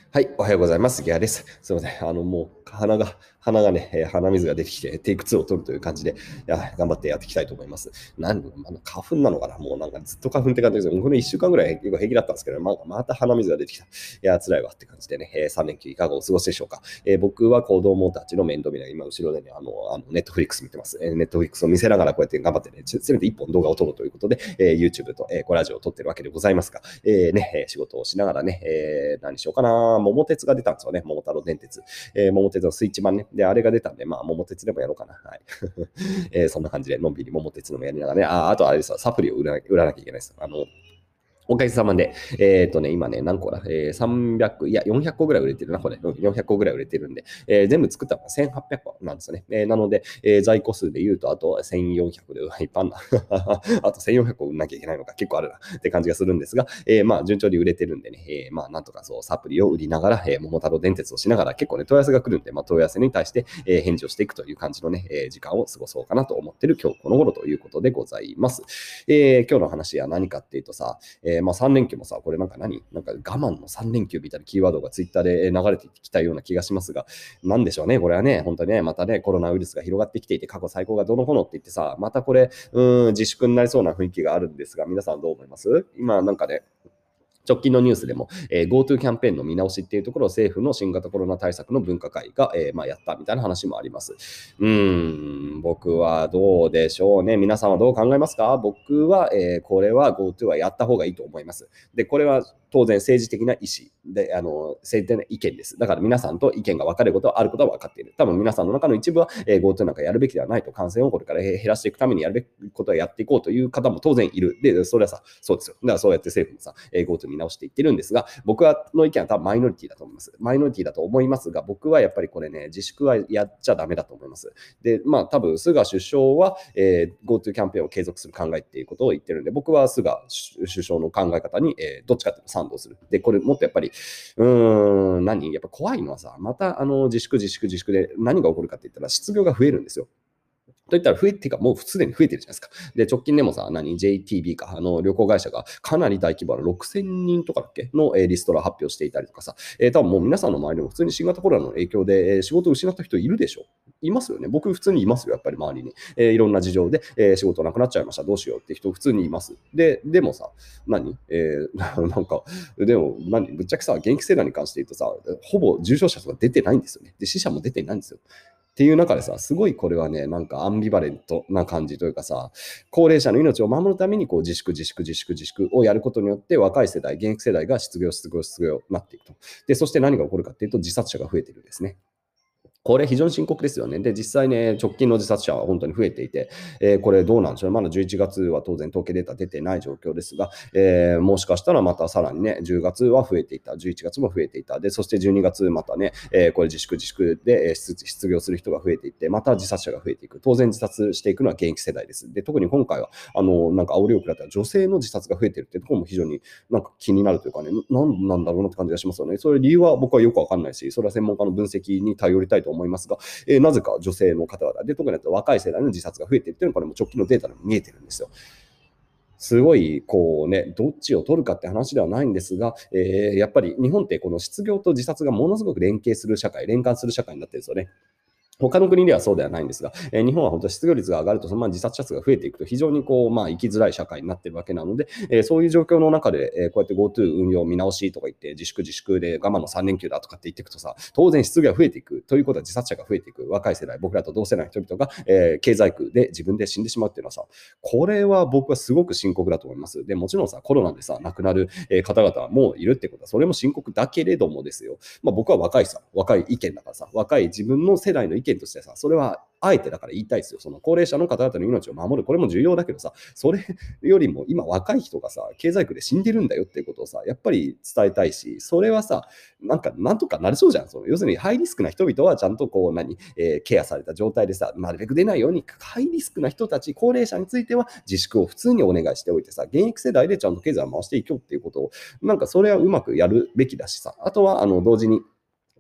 はい、おはようございます。ギアです。すみません。もう、鼻がね、鼻水が出てきて、テイク2を取るという感じで、頑張ってやっていきたいと思います。花粉なのかな、もうなんかずっと花粉って感じですよ。この1週間ぐらい結構平気だったんですけど、また鼻水が出てきた。いや、辛いわって感じでね、3連休いかがお過ごしでしょうか。僕は子供たちの面倒見ない、今後ろでね、ネットフリックス見てます。ネットフリックスを見せながらこうやって頑張ってね、せめて1本動画を撮ろうということで、YouTube と、ラジオを撮ってるわけでございますが、仕事をしながらね、何しようかな、桃鉄が出たんですよね、桃太郎電鉄。桃鉄のスイッチ版ね。で、あれが出たんで、まあ、桃鉄でもやろうかな。はい。そんな感じで、のんびり桃鉄のもやりながらね。あとあれですサプリを売らなきゃいけないです。おかげさまで、今ね、何個だ、300、いや、400個ぐらい売れてるな、これ。400個ぐらい売れてるんで、全部作ったのが1800個なんですよね。なので、在庫数で言うと、あと1400で、いっぱいあんな。あと1400個売んなきゃいけないのか、結構あるなって感じがするんですが、まあ、順調に売れてるんでね、まあ、なんとかそう、サプリを売りながら、桃太郎電鉄をしながら、結構ね、問い合わせが来るんで、まあ、問い合わせに対して、返事をしていくという感じのね、時間を過ごそうかなと思ってる今日この頃ということでございます。今日の話は何かっていうとさ、まあ、3連休もさ、これなんかなんか我慢の3連休みたいなキーワードがツイッターで流れてきたような気がしますが、なんでしょうね、これはね、本当にね、またね、コロナウイルスが広がってきていて、過去最高がどのこのって言ってさ、またこれ、自粛になりそうな雰囲気があるんですが、皆さんどう思います？今なんかね、直近のニュースでも、GoTo キャンペーンの見直しっていうところを政府の新型コロナ対策の分科会が、まあ、やったみたいな話もあります。僕はどうでしょうね。皆さんはどう考えますか？僕は、これは GoTo はやった方がいいと思います。で、これは当然政治的な意思で、政治的な意見です。だから皆さんと意見が分かれることはあることは分かっている。多分皆さんの中の一部は、GoTo なんかやるべきではないと、感染をこれから減らしていくためにやるべきことはやっていこうという方も当然いる。で、それはさ、そうですよ。だからそうやって政府もさ、GoTo 見直していってるんですが、僕の意見は多分マイノリティだと思います。マイノリティだと思いますが、僕はやっぱりこれね、自粛はやっちゃダメだと思います。で、まあ多分菅首相は、GoTo キャンペーンを継続する考えっていうことを言ってるんで、僕は菅首相の考え方に、どっちかというと賛同する。で、これもっとやっぱり、やっぱ怖いのはさ、また自粛で何が起こるかって言ったら失業が増えるんですよ。といったら増えてか、もうすでに増えてるじゃないですか。で、直近でもさ、JTB か、旅行会社がかなり大規模な6000人とかだっけの、リストラ発表していたりとかさ、多分もう皆さんの周りでも普通に新型コロナの影響で、仕事を失った人いるでしょ？いますよね。僕普通にいますよ、やっぱり周りに。いろんな事情で、仕事なくなっちゃいました。どうしようって人普通にいます。でもさ、なんか、でもぶっちゃけさ、現役世代に関して言うとさ、ほぼ重症者とか出てないんですよね。で、死者も出てないんですよ。っていう中でさ、すごいこれはね、なんかアンビバレントな感じというかさ、高齢者の命を守るためにこう自粛をやることによって、若い世代、現役世代が失業になっていくと。で、そして何が起こるかっていうと、自殺者が増えているんですね。これ非常に深刻ですよね。で、実際ね、直近の自殺者は本当に増えていて、これどうなんでしょうね。まだ11月は当然統計データ出てない状況ですが、もしかしたらまたさらにね、10月は増えていた、11月も増えていた。で、そして12月またね、これ自粛で失業する人が増えていって、また自殺者が増えていく。当然自殺していくのは現役世代です。で、特に今回は、なんか煽りを食らった女性の自殺が増えているっていうところも非常になんか気になるというかね、なんなんだろうなって感じがしますよね。それ理由は僕はよくわかんないし、それは専門家の分析に頼りたいと思いますが、なぜか女性の方々で、特に若い世代の自殺が増えているというのは、これも直近のデータでも見えてるんですよ。すごい、こうね、どっちを取るかって話ではないんですが、やっぱり日本ってこの失業と自殺がものすごく連関する社会になってるんですよね。他の国ではそうではないんですが、日本は本当に失業率が上がると、自殺者数が増えていくと、非常にこう、生きづらい社会になっているわけなので、そういう状況の中で、こうやって GoTo 運用見直しとか言って、自粛で我慢の3連休だとかって言っていくとさ、当然失業が増えていく。ということは自殺者が増えていく。若い世代、僕らと同世代の人々が、経済苦で自分で死んでしまうっていうのはさ、これは僕はすごく深刻だと思います。で、もちろんさ、コロナでさ、亡くなる方々もいるってことは、それも深刻だけれどもですよ。僕は若い意見だからさ、若い自分の世代の意見としてさ、それはあえてだから言いたいですよ。その高齢者の方々の命を守る、これも重要だけどさ、それよりも今若い人がさ、経済苦で死んでるんだよっていうことをさ、やっぱり伝えたいし、それはさ、なんとかなりそうじゃん。要するにハイリスクな人々はちゃんとこうケアされた状態でさ、なるべく出ないように、ハイリスクな人たち、高齢者については自粛を普通にお願いしておいてさ、現役世代でちゃんと経済を回していこうっていうことを、それはうまくやるべきだしさ、あとは同時に、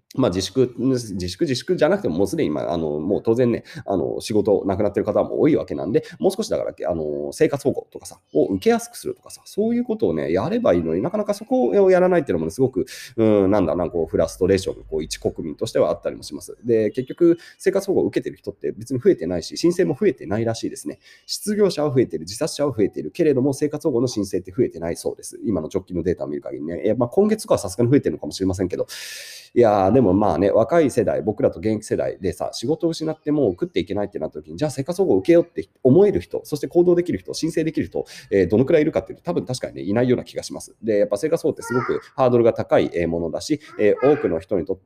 まあ、自粛じゃなくても、もうすでに、もう当然ね、仕事なくなってる方も多いわけなんで、もう少しだから、生活保護とかさ、を受けやすくするとかさ、そういうことをね、やればいいのになかなかそこをやらないっていうのもね、すごく、こう、フラストレーション、こう、一国民としてはあったりもします。で、結局、生活保護を受けてる人って別に増えてないし、申請も増えてないらしいですね。失業者は増えてる、自殺者は増えているけれども、生活保護の申請って増えてないそうです。今の直近のデータを見る限りね。今月とかはさすがに増えてるのかもしれませんけど、いやー、でもまあね、若い世代、僕らと現役世代でさ、仕事を失ってもう食っていけないってなった時に、じゃあ生活保護を受けようって思える人、そして行動できる人、申請できる人、どのくらいいるかっていうと、多分確かにね、いないような気がします。で、やっぱ生活保護ってすごくハードルが高いものだし、多くの人にとって、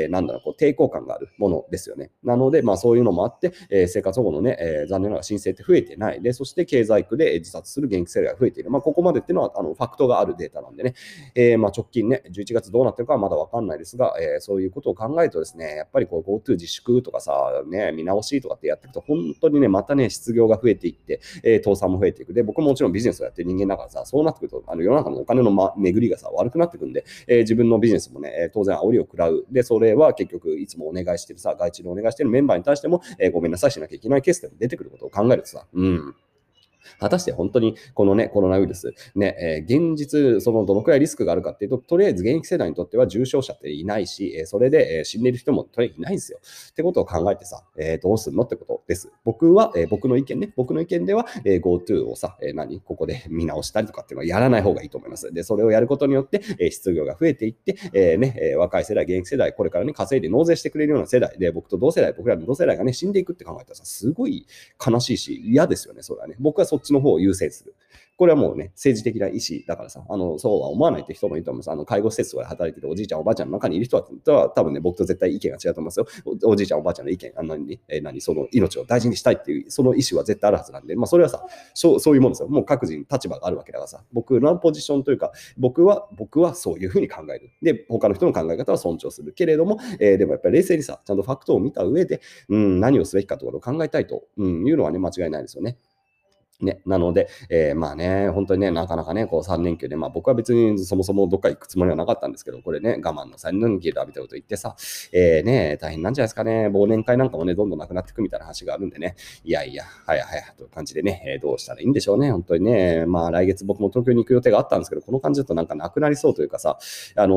こう抵抗感があるものですよね。なので、まあそういうのもあって、生活保護のね、残念ながら申請って増えてない。で、そして経済区で自殺する現役世代が増えている。まあここまでっていうのは、ファクトがあるデータなんでね、まあ直近ね、11月どうなってるかはまだわかんないですが、そういうことを考えるとですね、やっぱりこう GoTo 自粛とかさ、ね、見直しとかってやっていくと、本当にね、またね、失業が増えていって、倒産も増えていく。で、僕ももちろんビジネスをやってる人間だからさ、そうなってくると、世の中のお金の、巡りがさ、悪くなってくるんで、自分のビジネスもね、当然煽りを食らう。で、それは結局、いつもお願いしてるさ、外注でお願いしてるメンバーに対しても、ごめんなさいしなきゃいけないケースでも出てくることを考えるとさ、果たして本当にこのね、コロナウイルス、ね、現実、そのどのくらいリスクがあるかっていうと、とりあえず現役世代にとっては重症者っていないし、それで死んでいる人もとりあえずいないんですよ。ってことを考えてさ、どうするのってことです。僕の意見ね、僕の意見では、GoTo をさ、ここで見直したりとかっていうのはやらない方がいいと思います。で、それをやることによって、失業が増えていって、若い世代、現役世代、これからね、稼いで納税してくれるような世代で、僕らの同世代がね、死んでいくって考えたらさ、すごい悲しいし、嫌ですよね、それはね。僕はそっちの方を優先する。これはもうね、政治的な意思だからさ、そうは思わないって人もいると思います。介護施設とかで働いてて、おじいちゃん、おばあちゃんの中にいる人は多分ね、僕と絶対意見が違うと思いますよ。おじいちゃん、おばあちゃんの意見、その命を大事にしたいっていう、その意思は絶対あるはずなんで、まあ、それはさ、そういうもんですよ。もう各人立場があるわけだからさ、僕のポジションというか、僕はそういうふうに考える。で、他の人の考え方は尊重する。けれども、でもやっぱり冷静にさ、ちゃんとファクトを見た上で、何をすべきかということを考えたいと、いうのはね、間違いないですよね。ね、なので、まあね、本当にね、なかなかね、こう3連休で、まあ僕は別にそもそもどっか行くつもりはなかったんですけど、これね、我慢の3連休で浴びたこと言ってさ、大変なんじゃないですかね、忘年会なんかもね、どんどんなくなっていくみたいな話があるんでね、いやいや、はやはやという感じでね、どうしたらいいんでしょうね、本当にね、まあ来月僕も東京に行く予定があったんですけど、この感じだとなんかなくなりそうというかさ、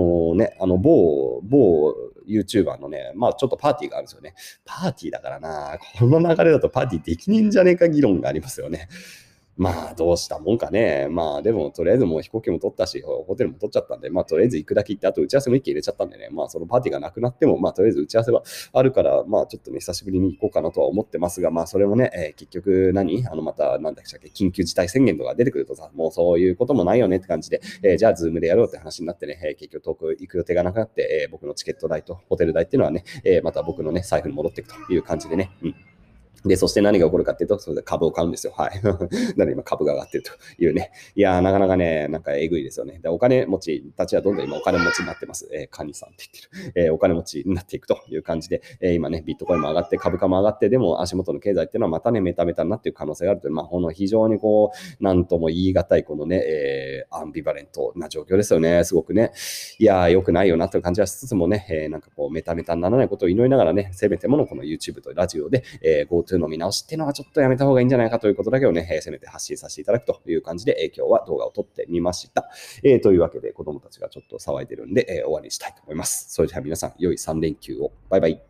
某 YouTuber のね、まあちょっとパーティーがあるんですよね。パーティーだからな、この流れだとパーティーできねえんじゃねえか議論がありますよね。まあ、どうしたもんかね。まあ、でも、とりあえずもう飛行機も取ったし、ホテルも取っちゃったんで、まあ、とりあえず行くだけ行って、あと打ち合わせも一気に入れちゃったんでね、まあ、そのパーティーがなくなっても、まあ、とりあえず打ち合わせはあるから、まあ、ちょっとね、久しぶりに行こうかなとは思ってますが、まあ、それもね、結局また、なんだっけ、緊急事態宣言とか出てくるとさ、もうそういうこともないよねって感じで、じゃあ、ズームでやろうって話になってね、結局遠く行く予定がなくなって、僕のチケット代とホテル代っていうのはね、また僕のね、財布に戻っていくという感じでね、で、そして何が起こるかっていうと、それで株を買うんですよ。はい。なので今株が上がってるというね。いやー、なかなかね、なんかえぐいですよね。で、お金持ちたちはどんどん今お金持ちになってます。カニさんって言ってる。お金持ちになっていくという感じで、今ね、ビットコインも上がって、株価も上がって、でも足元の経済っていうのはまたね、メタメタになっていく可能性があるという、まあ、この非常にこう、なんとも言い難い、このね、アンビバレントな状況ですよね。すごくね。いやー、良くないよなという感じはしつつもね、なんかこう、メタメタにならないことを祈りながらね、せめてものこの YouTube とラジオで、GoTo の見直しっていうのはちょっとやめた方がいいんじゃないかということだけをね、せめて発信させていただくという感じで、今日は動画を撮ってみました。というわけで、子供たちがちょっと騒いでるんで、終わりにしたいと思います。それでは皆さん、良い3連休を。バイバイ。